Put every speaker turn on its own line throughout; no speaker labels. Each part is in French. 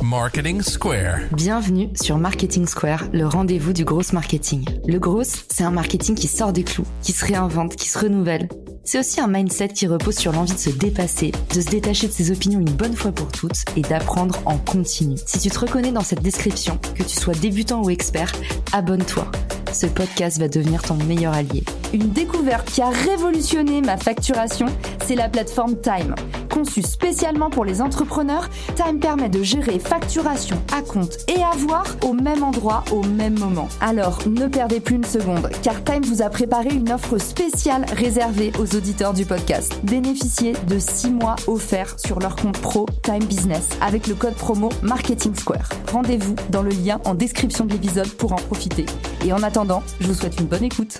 Marketing Square.
Bienvenue sur Marketing Square, le rendez-vous du gros marketing. Le gros, c'est un marketing qui sort des clous, qui se réinvente, qui se renouvelle. C'est aussi un mindset qui repose sur l'envie de se dépasser, de se détacher de ses opinions une bonne fois pour toutes et d'apprendre en continu. Si tu te reconnais dans cette description, que tu sois débutant ou expert, abonne-toi. Ce podcast va devenir ton meilleur allié.
Une découverte qui a révolutionné ma facturation, c'est la plateforme Time. Conçue spécialement pour les entrepreneurs, Time permet de gérer facturation, acompte et avoir au même endroit, au même moment. Alors, ne perdez plus une seconde, car Time vous a préparé une offre spéciale réservée aux auditeurs du podcast. Bénéficiez de 6 mois offerts sur leur compte pro Time Business avec le code promo Marketing Square. Rendez-vous dans le lien en description de l'épisode pour en profiter. Et en attendant, je vous souhaite une bonne écoute.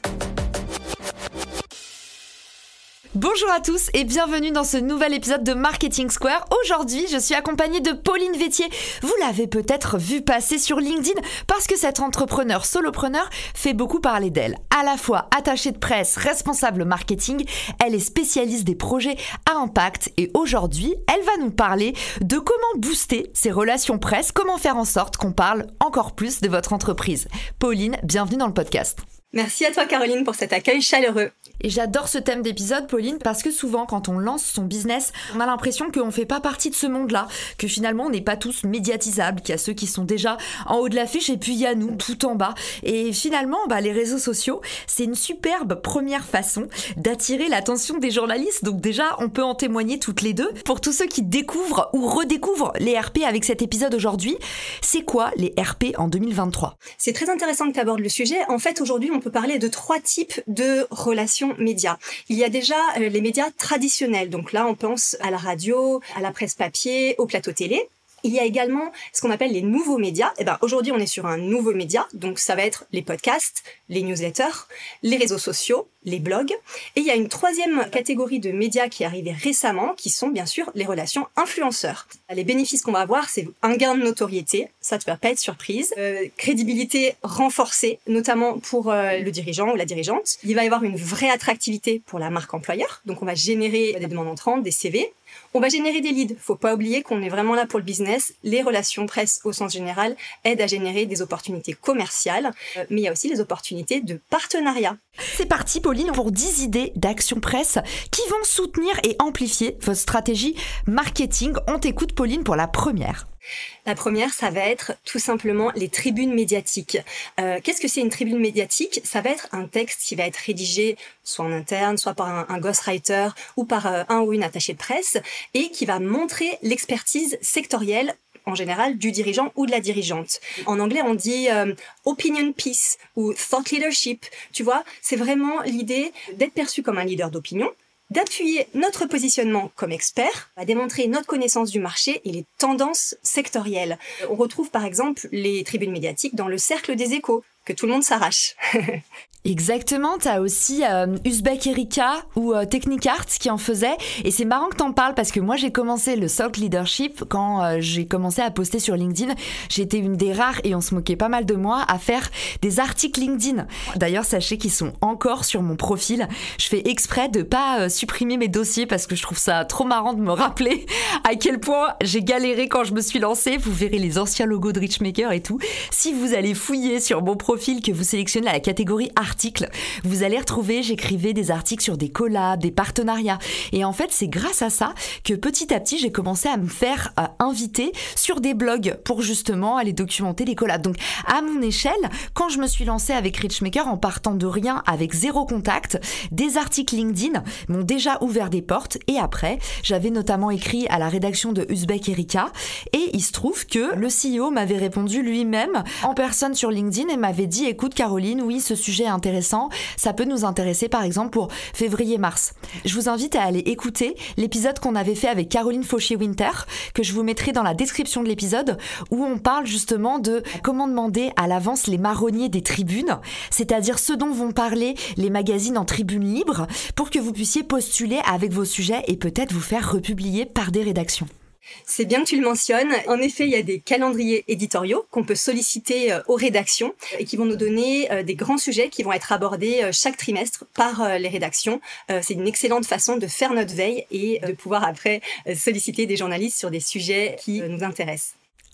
Bonjour à tous et bienvenue dans ce nouvel épisode de Marketing Square. Aujourd'hui, je suis accompagnée de Pauline Vétier. Vous l'avez peut-être vu passer sur LinkedIn parce que cette entrepreneur solopreneur fait beaucoup parler d'elle. À la fois attachée de presse, responsable marketing, elle est spécialiste des projets à impact et aujourd'hui, elle va nous parler de comment booster ses relations presse, comment faire en sorte qu'on parle encore plus de votre entreprise. Pauline, bienvenue dans le podcast.
Merci à toi Caroline pour cet accueil chaleureux.
Et j'adore ce thème d'épisode, Pauline, parce que souvent, quand on lance son business, on a l'impression qu'on ne fait pas partie de ce monde-là, que finalement, on n'est pas tous médiatisables, qu'il y a ceux qui sont déjà en haut de l'affiche et puis il y a nous, tout en bas. Et finalement, les réseaux sociaux, c'est une superbe première façon d'attirer l'attention des journalistes. Donc déjà, on peut en témoigner toutes les deux. Pour tous ceux qui découvrent ou redécouvrent les RP avec cet épisode aujourd'hui, c'est quoi les RP en 2023 ?
C'est très intéressant que tu abordes le sujet. En fait, aujourd'hui, on peut parler de 3 types de relations médias. Il y a déjà les médias traditionnels. Donc là, on pense à la radio, à la presse papier, au plateau télé. Il y a également ce qu'on appelle les nouveaux médias. Aujourd'hui, on est sur un nouveau média. Donc, ça va être les podcasts, les newsletters, les réseaux sociaux, les blogs. Et il y a une 3e catégorie de médias qui est arrivée récemment, qui sont bien sûr les relations influenceurs. Les bénéfices qu'on va avoir, c'est un gain de notoriété. Ça ne va pas être surprise. Crédibilité renforcée, notamment pour le dirigeant ou la dirigeante. Il va y avoir une vraie attractivité pour la marque employeur. Donc, on va générer des demandes entrantes, des CV. On va générer des leads. Faut pas oublier qu'on est vraiment là pour le business. Les relations presse au sens général aident à générer des opportunités commerciales, mais il y a aussi les opportunités de partenariat.
C'est parti, Pauline, pour 10 idées d'action presse qui vont soutenir et amplifier votre stratégie marketing. On t'écoute, Pauline, pour la première.
La première, ça va être tout simplement les tribunes médiatiques. Qu'est-ce que c'est une tribune médiatique ? Ça va être un texte qui va être rédigé soit en interne, soit par un ghostwriter ou par un ou une attachée de presse et qui va montrer l'expertise sectorielle en général du dirigeant ou de la dirigeante. En anglais, on dit opinion piece ou thought leadership. Tu vois, c'est vraiment l'idée d'être perçu comme un leader d'opinion, d'appuyer notre positionnement comme expert, à démontrer notre connaissance du marché et les tendances sectorielles. On retrouve par exemple les tribunes médiatiques dans le cercle des échos, que tout le monde s'arrache.
Exactement, t'as aussi Uzbek Erika ou Technicart qui en faisait, et c'est marrant que t'en parles parce que moi j'ai commencé le thought leadership quand j'ai commencé à poster sur LinkedIn. J'étais une des rares, et on se moquait pas mal de moi, à faire des articles LinkedIn. D'ailleurs, sachez qu'ils sont encore sur mon profil. Je fais exprès de pas supprimer mes dossiers parce que je trouve ça trop marrant de me rappeler à quel point j'ai galéré quand je me suis lancée. Vous verrez les anciens logos de Richmaker et tout. Si vous allez fouiller sur mon profil, que vous sélectionnez la catégorie articles, vous allez retrouver, j'écrivais des articles sur des collabs, des partenariats. Et en fait, c'est grâce à ça que petit à petit, j'ai commencé à me faire inviter sur des blogs pour justement aller documenter les collabs. Donc, à mon échelle, quand je me suis lancée avec Richmaker en partant de rien, avec 0 contact, des articles LinkedIn m'ont déjà ouvert des portes. Et après, j'avais notamment écrit à la rédaction de Uzbek Erika. Et il se trouve que le CEO m'avait répondu lui-même en personne sur LinkedIn et m'avait dit, écoute Caroline, oui, ce sujet est intéressant, ça peut nous intéresser par exemple pour février-mars. Je vous invite à aller écouter l'épisode qu'on avait fait avec Caroline Fauchier-Winter, que je vous mettrai dans la description de l'épisode, où on parle justement de comment demander à l'avance les marronniers des tribunes, c'est-à-dire ce dont vont parler les magazines en tribune libre, pour que vous puissiez postuler avec vos sujets et peut-être vous faire republier par des rédactions.
C'est bien que tu le mentionnes. En effet, il y a des calendriers éditoriaux qu'on peut solliciter aux rédactions et qui vont nous donner des grands sujets qui vont être abordés chaque trimestre par les rédactions. C'est une excellente façon de faire notre veille et de pouvoir après solliciter des journalistes sur des sujets qui nous intéressent.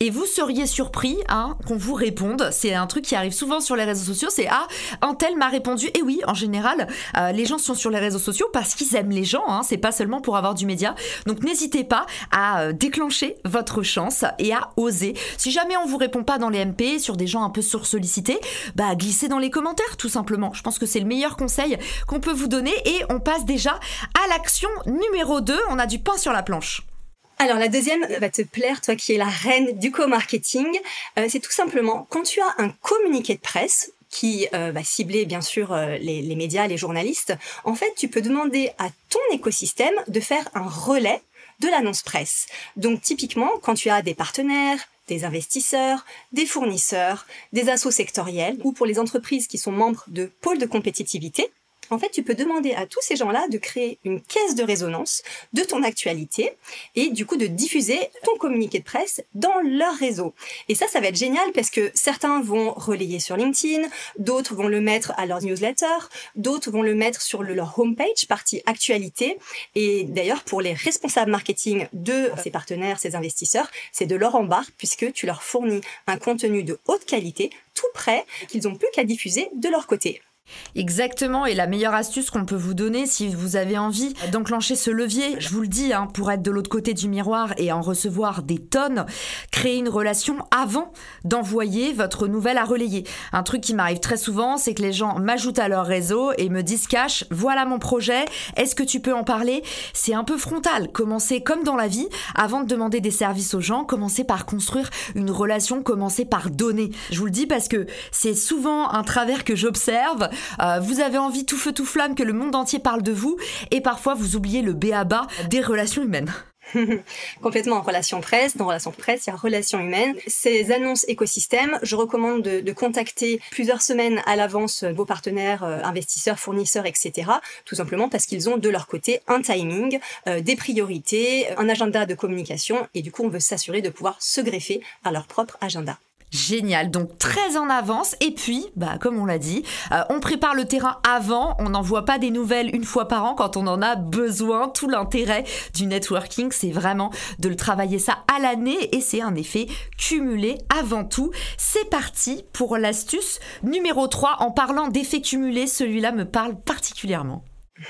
Et vous seriez surpris qu'on vous réponde. C'est un truc qui arrive souvent sur les réseaux sociaux, c'est « Ah, un tel m'a répondu ». Et oui, en général, les gens sont sur les réseaux sociaux parce qu'ils aiment les gens, c'est pas seulement pour avoir du média. Donc n'hésitez pas à déclencher votre chance et à oser. Si jamais on vous répond pas dans les MP, sur des gens un peu sursollicités, glissez dans les commentaires tout simplement. Je pense que c'est le meilleur conseil qu'on peut vous donner et on passe déjà à l'action numéro 2. On a du pain sur la planche.
Alors la deuxième va te plaire, toi qui es la reine du co-marketing. C'est tout simplement quand tu as un communiqué de presse qui va cibler bien sûr les médias, les journalistes, en fait tu peux demander à ton écosystème de faire un relais de l'annonce presse. Donc typiquement quand tu as des partenaires, des investisseurs, des fournisseurs, des assos sectoriels ou pour les entreprises qui sont membres de pôles de compétitivité, en fait, tu peux demander à tous ces gens-là de créer une caisse de résonance de ton actualité et du coup de diffuser ton communiqué de presse dans leur réseau. Et ça va être génial parce que certains vont relayer sur LinkedIn, d'autres vont le mettre à leur newsletter, d'autres vont le mettre sur leur homepage, partie actualité. Et d'ailleurs, pour les responsables marketing de ces partenaires, ces investisseurs, c'est de l'or en barre puisque tu leur fournis un contenu de haute qualité, tout prêt, qu'ils n'ont plus qu'à diffuser de leur côté.
Exactement, et la meilleure astuce qu'on peut vous donner si vous avez envie d'enclencher ce levier, je vous le dis, pour être de l'autre côté du miroir et en recevoir des tonnes, créer une relation avant d'envoyer votre nouvelle à relayer. Un truc qui m'arrive très souvent, c'est que les gens m'ajoutent à leur réseau et me disent « Cash, voilà mon projet, est-ce que tu peux en parler ?» C'est un peu frontal, commencez comme dans la vie, avant de demander des services aux gens, commencez par construire une relation, commencez par donner. Je vous le dis parce que c'est souvent un travers que j'observe. Vous avez envie tout feu tout flamme que le monde entier parle de vous et parfois vous oubliez le b.a.-ba des relations humaines.
Complètement en relation presse. Dans relation presse, il y a relation humaine. Ces annonces écosystèmes, je recommande de contacter plusieurs semaines à l'avance vos partenaires, investisseurs, fournisseurs, etc. Tout simplement parce qu'ils ont de leur côté un timing, des priorités, un agenda de communication et du coup on veut s'assurer de pouvoir se greffer à leur propre agenda.
Génial, donc très en avance et puis, comme on l'a dit, on prépare le terrain avant, on n'envoie pas des nouvelles une fois par an quand on en a besoin. Tout l'intérêt du networking, c'est vraiment de le travailler ça à l'année et c'est un effet cumulé avant tout. C'est parti pour l'astuce numéro 3. En parlant d'effet cumulé, celui-là me parle particulièrement.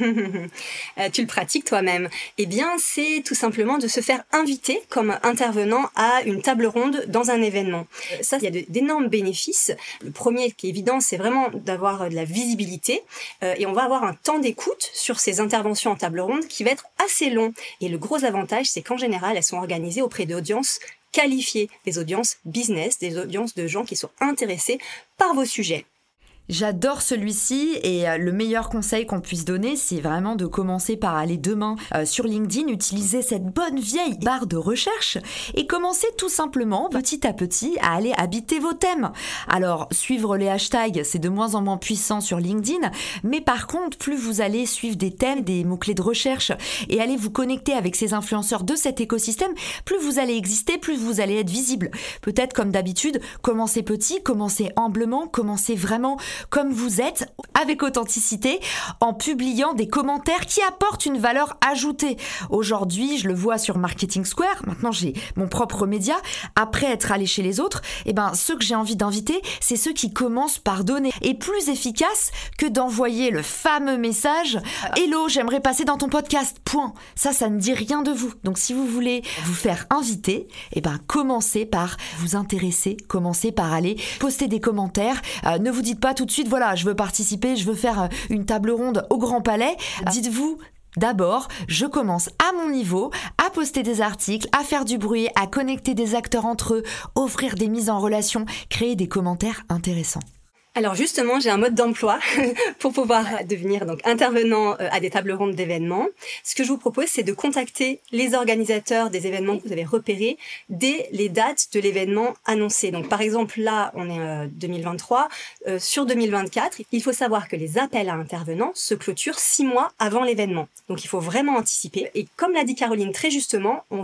Tu le pratiques toi-même. Eh bien, c'est tout simplement de se faire inviter comme intervenant à une table ronde dans un événement. Ça, il y a d'énormes bénéfices. Le premier qui est évident, c'est vraiment d'avoir de la visibilité et on va avoir un temps d'écoute sur ces interventions en table ronde qui va être assez long. Et le gros avantage, c'est qu'en général, elles sont organisées auprès d'audiences qualifiées, des audiences business, des audiences de gens qui sont intéressés par vos sujets.
J'adore celui-ci et le meilleur conseil qu'on puisse donner, c'est vraiment de commencer par aller demain sur LinkedIn, utiliser cette bonne vieille barre de recherche et commencer tout simplement, petit à petit, à aller habiter vos thèmes. Alors, suivre les hashtags, c'est de moins en moins puissant sur LinkedIn, mais par contre, plus vous allez suivre des thèmes, des mots-clés de recherche et aller vous connecter avec ces influenceurs de cet écosystème, plus vous allez exister, plus vous allez être visible. Peut-être comme d'habitude, commencez petit, commencez humblement, commencez vraiment comme vous êtes, avec authenticité, en publiant des commentaires qui apportent une valeur ajoutée. Aujourd'hui, je le vois sur Marketing Square, maintenant j'ai mon propre média, après être allé chez les autres, ceux que j'ai envie d'inviter, c'est ceux qui commencent par donner. Et plus efficace que d'envoyer le fameux message « Hello, j'aimerais passer dans ton podcast, point ». Ça ne dit rien de vous. Donc si vous voulez vous faire inviter, commencez par vous intéresser, commencez par aller poster des commentaires. Ne vous dites pas tout de suite, voilà, je veux participer, je veux faire une table ronde au Grand Palais. Dites-vous, d'abord, je commence à mon niveau, à poster des articles, à faire du bruit, à connecter des acteurs entre eux, offrir des mises en relation, créer des commentaires intéressants.
Alors justement, j'ai un mode d'emploi pour pouvoir devenir donc intervenant à des tables rondes d'événements. Ce que je vous propose, c'est de contacter les organisateurs des événements que vous avez repérés dès les dates de l'événement annoncé. Donc par exemple, là, on est 2023. Sur 2024, il faut savoir que les appels à intervenants se clôturent 6 mois avant l'événement. Donc il faut vraiment anticiper. Et comme l'a dit Caroline très justement, on va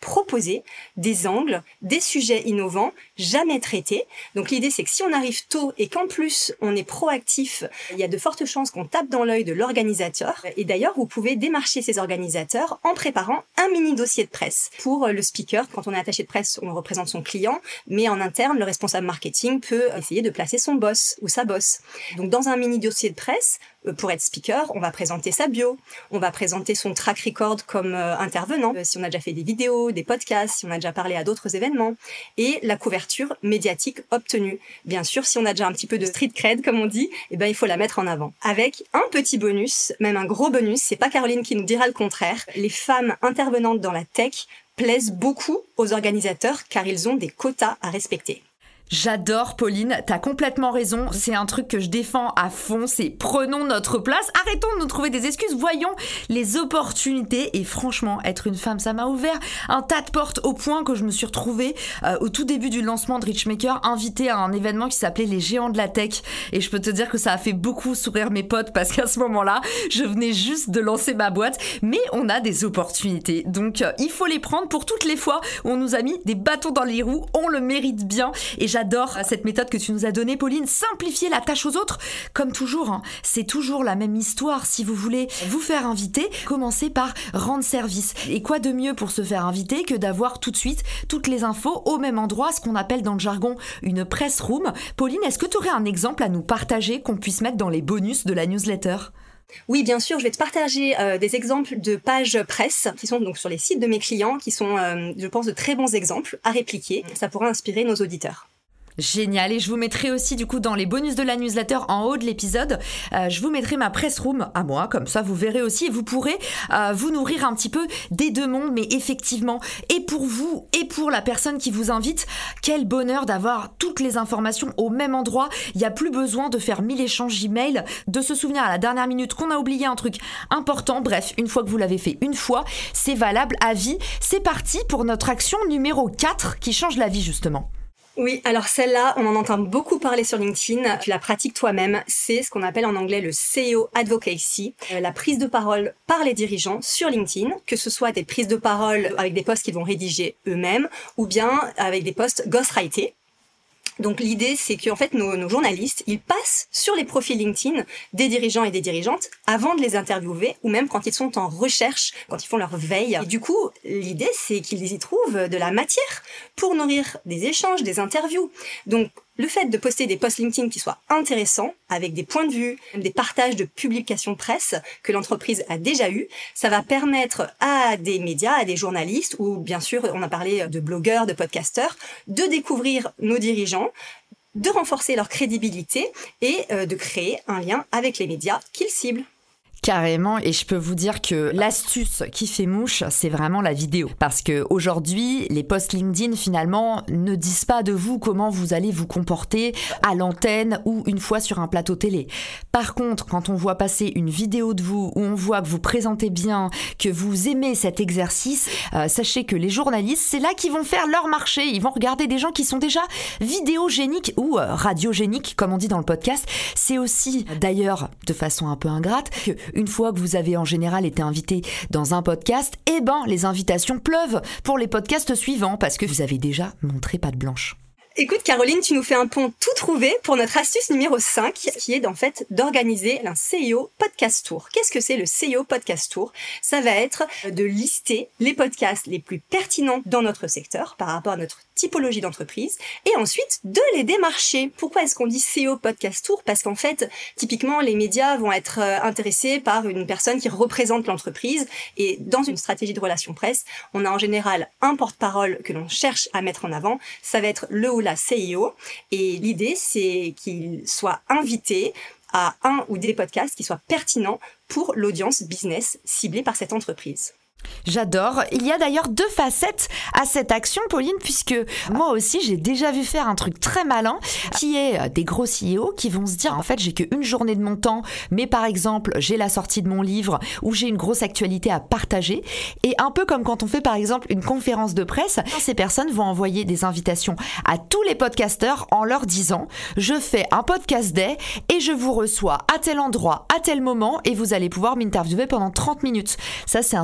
proposer des angles, des sujets innovants, jamais traités. Donc l'idée, c'est que si on arrive tôt et qu'en plus on est proactif, il y a de fortes chances qu'on tape dans l'œil de l'organisateur. Et d'ailleurs, vous pouvez démarcher ces organisateurs en préparant un mini dossier de presse. Pour le speaker, quand on est attaché de presse, on représente son client, mais en interne, le responsable marketing peut essayer de placer son boss ou sa boss. Donc dans un mini dossier de presse, pour être speaker, on va présenter sa bio, on va présenter son track record comme intervenant, si on a déjà fait des vidéos, des podcasts, si on a déjà parlé à d'autres événements, et la couverture médiatique obtenue. Bien sûr, si on a déjà un petit peu de street cred, comme on dit, il faut la mettre en avant. Avec un petit bonus, même un gros bonus, c'est pas Caroline qui nous dira le contraire, les femmes intervenantes dans la tech plaisent beaucoup aux organisateurs car ils ont des quotas à respecter.
J'adore Pauline, t'as complètement raison, c'est un truc que je défends à fond, c'est prenons notre place, arrêtons de nous trouver des excuses, voyons les opportunités et franchement, être une femme, ça m'a ouvert un tas de portes au point que je me suis retrouvée au tout début du lancement de Richmaker, invitée à un événement qui s'appelait les Géants de la Tech et je peux te dire que ça a fait beaucoup sourire mes potes parce qu'à ce moment-là, je venais juste de lancer ma boîte, mais on a des opportunités, donc il faut les prendre pour toutes les fois où on nous a mis des bâtons dans les roues, on le mérite bien et j'adore cette méthode que tu nous as donnée, Pauline. Simplifier la tâche aux autres, comme toujours, c'est toujours la même histoire. Si vous voulez vous faire inviter, commencez par rendre service. Et quoi de mieux pour se faire inviter que d'avoir tout de suite toutes les infos au même endroit, ce qu'on appelle dans le jargon une press room. Pauline, est-ce que tu aurais un exemple à nous partager qu'on puisse mettre dans les bonus de la newsletter ?
Oui, bien sûr, je vais te partager des exemples de pages presse qui sont donc sur les sites de mes clients, qui sont, je pense, de très bons exemples à répliquer. Ça pourra inspirer nos auditeurs.
Génial, et je vous mettrai aussi du coup dans les bonus de la newsletter en haut de l'épisode, je vous mettrai ma press room à moi, comme ça vous verrez aussi et vous pourrez vous nourrir un petit peu des deux mondes, mais effectivement, et pour vous et pour la personne qui vous invite, quel bonheur d'avoir toutes les informations au même endroit, il n'y a plus besoin de faire 1000 échanges Gmail, de se souvenir à la dernière minute qu'on a oublié un truc important, bref, une fois que vous l'avez fait une fois, c'est valable à vie. C'est parti pour notre action numéro 4 qui change la vie justement.
Oui, alors celle-là, on en entend beaucoup parler sur LinkedIn, tu la pratiques toi-même, c'est ce qu'on appelle en anglais le CEO Advocacy, la prise de parole par les dirigeants sur LinkedIn, que ce soit des prises de parole avec des posts qu'ils vont rédiger eux-mêmes, ou bien avec des posts ghostwrités. Donc l'idée, c'est qu'en fait, nos journalistes, ils passent sur les profils LinkedIn des dirigeants et des dirigeantes avant de les interviewer ou même quand ils sont en recherche, quand ils font leur veille. Et du coup, l'idée, c'est qu'ils y trouvent de la matière pour nourrir des échanges, des interviews. Donc, le fait de poster des posts LinkedIn qui soient intéressants, avec des points de vue, des partages de publications presse que l'entreprise a déjà eu, ça va permettre à des médias, à des journalistes, ou bien sûr, on a parlé de blogueurs, de podcasteurs, de découvrir nos dirigeants, de renforcer leur crédibilité et de créer un lien avec les médias qu'ils ciblent.
Carrément, et je peux vous dire que l'astuce qui fait mouche, c'est vraiment la vidéo. Parce que aujourd'hui, les posts LinkedIn finalement ne disent pas de vous comment vous allez vous comporter à l'antenne ou une fois sur un plateau télé. Par contre, quand on voit passer une vidéo de vous où on voit que vous présentez bien, que vous aimez cet exercice, sachez que les journalistes, c'est là qu'ils vont faire leur marché. Ils vont regarder des gens qui sont déjà vidéogéniques ou radiogéniques, comme on dit dans le podcast. C'est aussi, d'ailleurs, de façon un peu ingrate, que une fois que vous avez en général été invité dans un podcast, les invitations pleuvent pour les podcasts suivants parce que vous avez déjà montré patte blanche.
Écoute Caroline, tu nous fais un pont tout trouvé pour notre astuce numéro 5 qui est en fait d'organiser un CEO Podcast Tour. Qu'est-ce que c'est le CEO Podcast Tour ? Ça va être de lister les podcasts les plus pertinents dans notre secteur par rapport à notre typologie d'entreprise et ensuite de les démarcher. Pourquoi est-ce qu'on dit CEO Podcast Tour ? Parce qu'en fait, typiquement, les médias vont être intéressés par une personne qui représente l'entreprise et dans une stratégie de relations presse, on a en général un porte-parole que l'on cherche à mettre en avant. Ça va être le ou la CEO et l'idée, c'est qu'il soit invité à un ou des podcasts qui soient pertinents pour l'audience business ciblée par cette entreprise.
J'adore. Il y a d'ailleurs 2 facettes à cette action, Pauline, puisque moi aussi, j'ai déjà vu faire un truc très malin, qui est des gros CEO qui vont se dire, en fait, j'ai qu'une journée de mon temps, mais par exemple, j'ai la sortie de mon livre ou j'ai une grosse actualité à partager. Et un peu comme quand on fait, par exemple, une conférence de presse, ces personnes vont envoyer des invitations à tous les podcasteurs en leur disant, je fais un podcast day et je vous reçois à tel endroit, à tel moment, et vous allez pouvoir m'interviewer pendant 30 minutes. Ça, c'est un super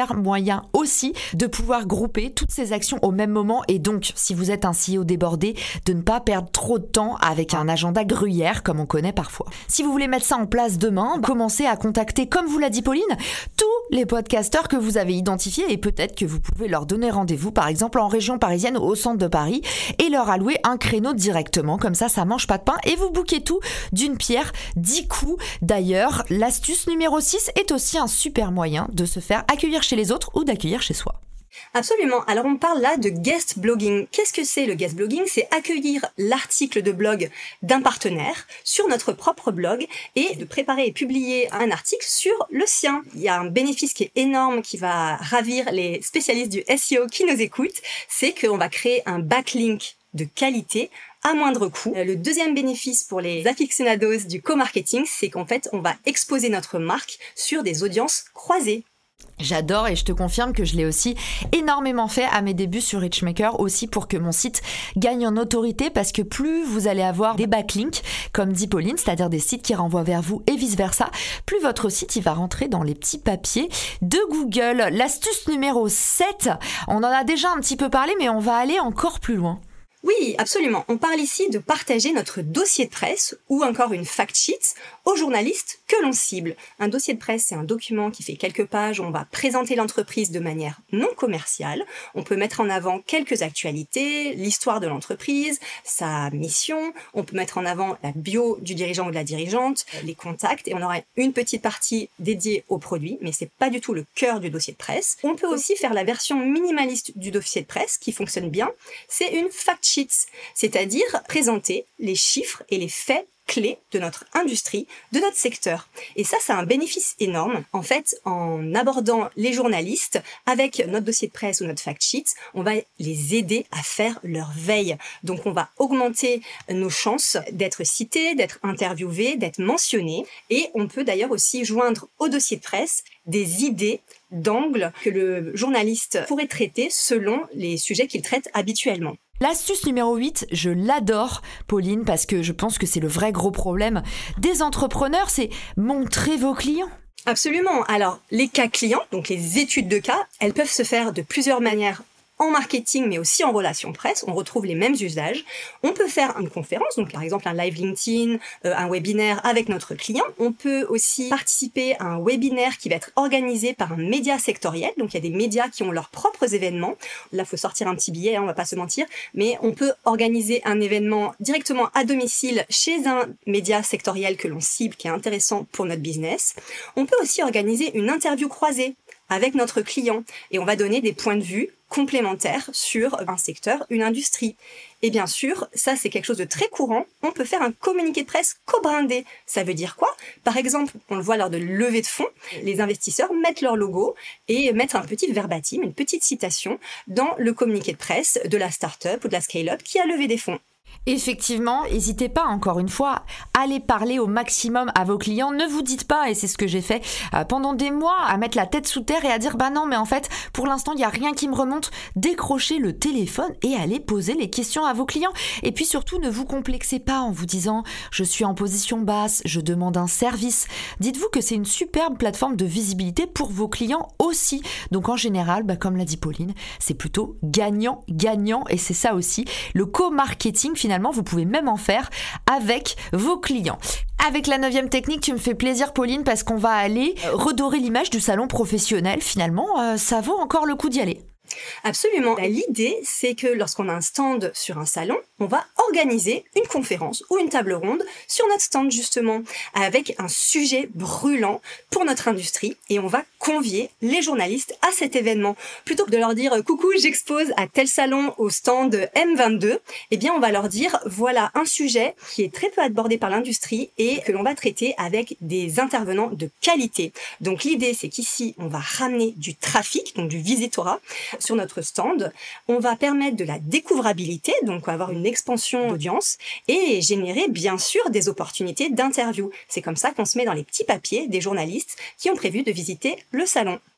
super moyen aussi de pouvoir grouper toutes ces actions au même moment et donc, si vous êtes un CEO débordé, de ne pas perdre trop de temps avec un agenda gruyère comme on connaît parfois. Si vous voulez mettre ça en place demain, commencez à contacter, comme vous l'a dit Pauline, tous les podcasteurs que vous avez identifiés et peut-être que vous pouvez leur donner rendez-vous, par exemple en région parisienne ou au centre de Paris et leur allouer un créneau directement. Comme ça mange pas de pain et vous bouquez tout d'une pierre 10 coups. D'ailleurs, l'astuce numéro 6 est aussi un super moyen de se faire accueillir chez les autres ou d'accueillir chez soi.
Absolument. Alors on parle là de guest blogging. Qu'est-ce que c'est le guest blogging ? C'est accueillir l'article de blog d'un partenaire sur notre propre blog et de préparer et publier un article sur le sien. Il y a un bénéfice qui est énorme qui va ravir les spécialistes du SEO qui nous écoutent, c'est qu'on va créer un backlink de qualité à moindre coût. Le deuxième bénéfice pour les aficionados du co-marketing, c'est qu'en fait, on va exposer notre marque sur des audiences croisées.
J'adore et je te confirme que je l'ai aussi énormément fait à mes débuts sur Richmaker aussi pour que mon site gagne en autorité parce que plus vous allez avoir des backlinks, comme dit Pauline, c'est-à-dire des sites qui renvoient vers vous et vice-versa, plus votre site il va rentrer dans les petits papiers de Google. L'astuce numéro 7, on en a déjà un petit peu parlé mais on va aller encore plus loin.
Oui, absolument. On parle ici de partager notre dossier de presse ou encore une fact sheet aux journalistes que l'on cible. Un dossier de presse, c'est un document qui fait quelques pages où on va présenter l'entreprise de manière non commerciale. On peut mettre en avant quelques actualités, l'histoire de l'entreprise, sa mission. On peut mettre en avant la bio du dirigeant ou de la dirigeante, les contacts et on aura une petite partie dédiée au produit, mais c'est pas du tout le cœur du dossier de presse. On peut aussi faire la version minimaliste du dossier de presse qui fonctionne bien. C'est une fact sheet. C'est-à-dire présenter les chiffres et les faits clés de notre industrie, de notre secteur. Et ça a un bénéfice énorme. En fait, en abordant les journalistes avec notre dossier de presse ou notre fact sheet, on va les aider à faire leur veille. Donc, on va augmenter nos chances d'être cités, d'être interviewés, d'être mentionnés. Et on peut d'ailleurs aussi joindre au dossier de presse des idées d'angles que le journaliste pourrait traiter selon les sujets qu'il traite habituellement.
L'astuce numéro 8, je l'adore, Pauline, parce que je pense que c'est le vrai gros problème des entrepreneurs, c'est montrer vos clients.
Absolument. Alors, les cas clients, donc les études de cas, elles peuvent se faire de plusieurs manières en marketing, mais aussi en relations presse. On retrouve les mêmes usages. On peut faire une conférence, donc par exemple un live LinkedIn, un webinaire avec notre client. On peut aussi participer à un webinaire qui va être organisé par un média sectoriel. Donc il y a des médias qui ont leurs propres événements. Là, faut sortir un petit billet, on va pas se mentir, mais on peut organiser un événement directement à domicile chez un média sectoriel que l'on cible, qui est intéressant pour notre business. On peut aussi organiser une interview croisée avec notre client et on va donner des points de vue complémentaires sur un secteur, une industrie. Et bien sûr, ça c'est quelque chose de très courant, on peut faire un communiqué de presse co-brandé. Ça veut dire quoi ? Par exemple, on le voit lors de levée de fonds, les investisseurs mettent leur logo et mettent un petit verbatim, une petite citation dans le communiqué de presse de la start-up ou de la scale-up qui a levé des fonds.
Effectivement, n'hésitez pas encore une fois à aller parler au maximum à vos clients. Ne vous dites pas, et c'est ce que j'ai fait pendant des mois, à mettre la tête sous terre et à dire bah non mais en fait pour l'instant il n'y a rien qui me remonte. Décrochez le téléphone et allez poser les questions à vos clients. Et puis surtout ne vous complexez pas en vous disant je suis en position basse, je demande un service. Dites-vous que c'est une superbe plateforme de visibilité pour vos clients aussi. Donc en général, comme l'a dit Pauline, c'est plutôt gagnant-gagnant et c'est ça aussi. Le co-marketing finalement vous pouvez même en faire avec vos clients. Avec la 9e technique, tu me fais plaisir Pauline parce qu'on va aller redorer l'image du salon professionnel. Finalement, ça vaut encore le coup d'y aller.
Absolument. L'idée, c'est que lorsqu'on a un stand sur un salon, on va organiser une conférence ou une table ronde sur notre stand justement, avec un sujet brûlant pour notre industrie et on va convier les journalistes à cet événement. Plutôt que de leur dire « Coucou, j'expose à tel salon au stand M22 », eh bien on va leur dire « Voilà un sujet qui est très peu abordé par l'industrie et que l'on va traiter avec des intervenants de qualité. » Donc l'idée, c'est qu'ici, on va ramener du trafic, donc du visitorat, sur notre stand. On va permettre de la découvrabilité, donc on va avoir une expansion d'audience et générer bien sûr des opportunités d'interview. C'est comme ça qu'on se met dans les petits papiers des journalistes qui ont prévu de visiter le salon.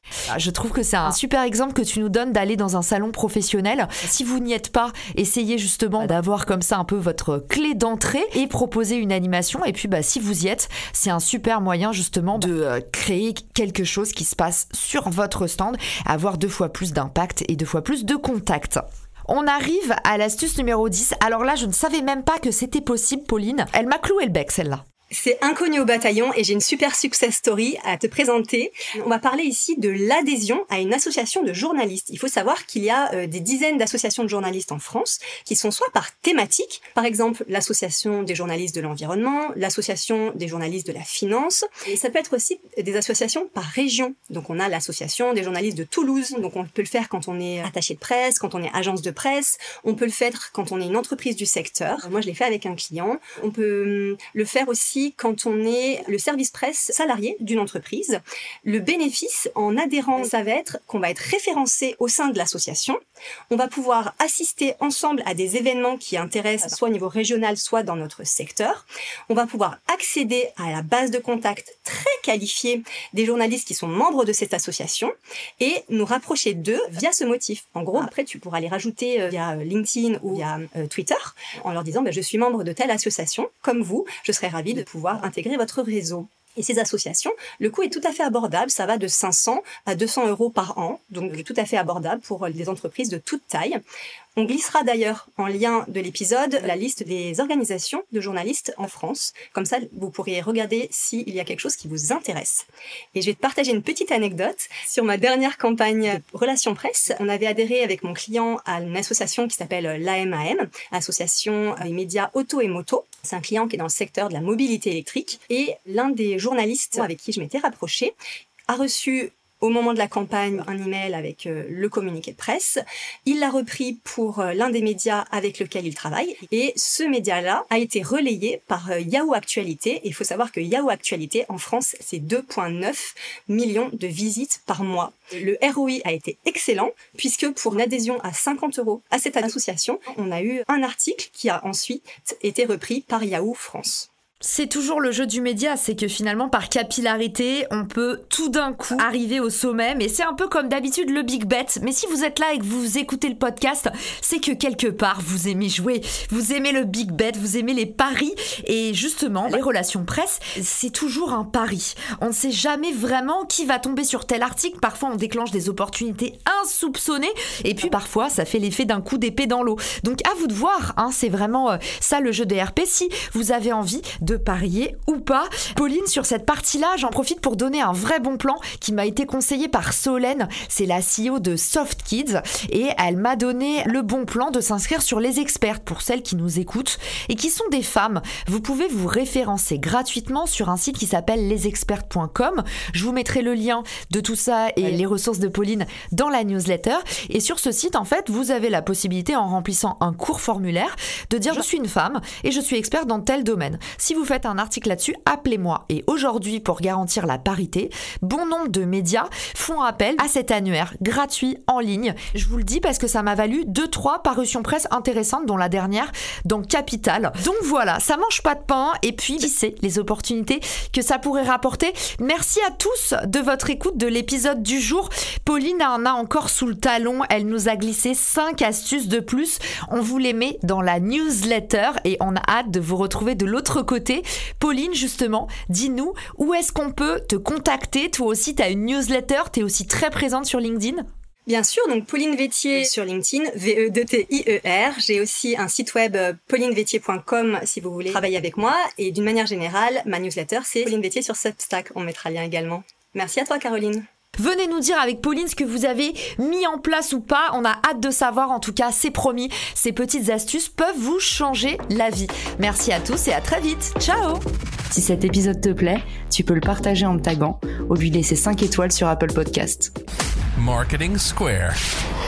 Je trouve que c'est un super exemple que tu nous donnes d'aller dans un salon professionnel. Si vous n'y êtes pas, essayez justement d'avoir comme ça un peu votre clé d'entrée et proposer une animation. Et puis si vous y êtes, c'est un super moyen justement de créer quelque chose qui se passe sur votre stand, avoir 2 fois plus d'impact et 2 fois plus de contacts. On arrive à l'astuce numéro 10. Alors là, je ne savais même pas que c'était possible, Pauline. Elle m'a cloué le bec, celle-là.
C'est inconnu au bataillon et j'ai une super success story à te présenter. On va parler ici de l'adhésion à une association de journalistes. Il faut savoir qu'il y a des dizaines d'associations de journalistes en France qui sont soit par thématique, par exemple l'association des journalistes de l'environnement, l'association des journalistes de la finance, et ça peut être aussi des associations par région. Donc on a l'association des journalistes de Toulouse, donc on peut le faire quand on est attaché de presse, quand on est agence de presse, on peut le faire quand on est une entreprise du secteur. Moi je l'ai fait avec un client. On peut le faire aussi quand on est le service presse salarié d'une entreprise. Le bénéfice en adhérant, ça va être qu'on va être référencé au sein de l'association. On va pouvoir assister ensemble à des événements qui intéressent soit au niveau régional, soit dans notre secteur. On va pouvoir accéder à la base de contacts très qualifiée des journalistes qui sont membres de cette association et nous rapprocher d'eux via ce motif. En gros, après, tu pourras les rajouter via LinkedIn ou via Twitter en leur disant je suis membre de telle association, comme vous, je serais ravie de pouvoir intégrer votre réseau. Et ces associations, le coût est tout à fait abordable, ça va de 500 à 200 € par an, donc tout à fait abordable pour des entreprises de toute taille. On glissera d'ailleurs en lien de l'épisode la liste des organisations de journalistes en France. Comme ça, vous pourriez regarder s'il y a quelque chose qui vous intéresse. Et je vais te partager une petite anecdote. Sur ma dernière campagne de relations presse, on avait adhéré avec mon client à une association qui s'appelle l'AMAM, Association des médias auto et moto. C'est un client qui est dans le secteur de la mobilité électrique. Et l'un des journalistes avec qui je m'étais rapprochée a reçu au moment de la campagne un email avec le communiqué de presse. Il l'a repris pour l'un des médias avec lequel il travaille. Et ce média-là a été relayé par Yahoo Actualité. Et il faut savoir que Yahoo Actualité, en France, c'est 2,9 millions de visites par mois. Le ROI a été excellent puisque pour une adhésion à 50 € à cette association, on a eu un article qui a ensuite été repris par Yahoo France.
C'est toujours le jeu du média, c'est que finalement par capillarité, on peut tout d'un coup arriver au sommet, mais c'est un peu comme d'habitude le big bet. Mais si vous êtes là et que vous écoutez le podcast, c'est que quelque part vous aimez jouer, vous aimez le big bet, vous aimez les paris. Et justement, les relations presse, c'est toujours un pari. On ne sait jamais vraiment qui va tomber sur tel article. Parfois on déclenche des opportunités insoupçonnées et puis parfois ça fait l'effet d'un coup d'épée dans l'eau. Donc à vous de voir, c'est vraiment ça le jeu des RP. Si vous avez envie de parier ou pas. Pauline, sur cette partie-là, j'en profite pour donner un vrai bon plan qui m'a été conseillé par Solène, c'est la CEO de Soft Kids, et elle m'a donné le bon plan de s'inscrire sur Les Expertes pour celles qui nous écoutent et qui sont des femmes. Vous pouvez vous référencer gratuitement sur un site qui s'appelle lesexpertes.com. Je vous mettrai le lien de tout ça et les ressources de Pauline dans la newsletter. Et sur ce site, en fait, vous avez la possibilité, en remplissant un court formulaire, de dire je suis une femme et je suis experte dans tel domaine. Si vous faites un article là-dessus, appelez-moi. Et aujourd'hui, pour garantir la parité, bon nombre de médias font appel à cet annuaire gratuit en ligne. Je vous le dis parce que ça m'a valu 2-3 parutions presse intéressantes, dont la dernière dans Capital. Donc voilà, ça mange pas de pain et puis qui sait les opportunités que ça pourrait rapporter. Merci à tous de votre écoute de l'épisode du jour. Pauline en a encore sous le talon. Elle nous a glissé 5 astuces de plus. On vous les met dans la newsletter et on a hâte de vous retrouver de l'autre côté. Pauline, justement, dis-nous où est-ce qu'on peut te contacter. Toi aussi, tu as une newsletter, tu es aussi très présente sur LinkedIn.
Bien sûr, donc Pauline Vétier sur LinkedIn, VEDTIER. J'ai aussi un site web paulinevétier.com si vous voulez travailler avec moi. Et d'une manière générale, ma newsletter, c'est Pauline Vétier sur Substack. On mettra le lien également. Merci à toi, Caroline.
Venez nous dire avec Pauline ce que vous avez mis en place ou pas. On a hâte de savoir, en tout cas, c'est promis. Ces petites astuces peuvent vous changer la vie. Merci à tous et à très vite. Ciao!
Si cet épisode te plaît, tu peux le partager en me taguant ou lui laisser 5 étoiles sur Apple Podcast.
Marketing Square.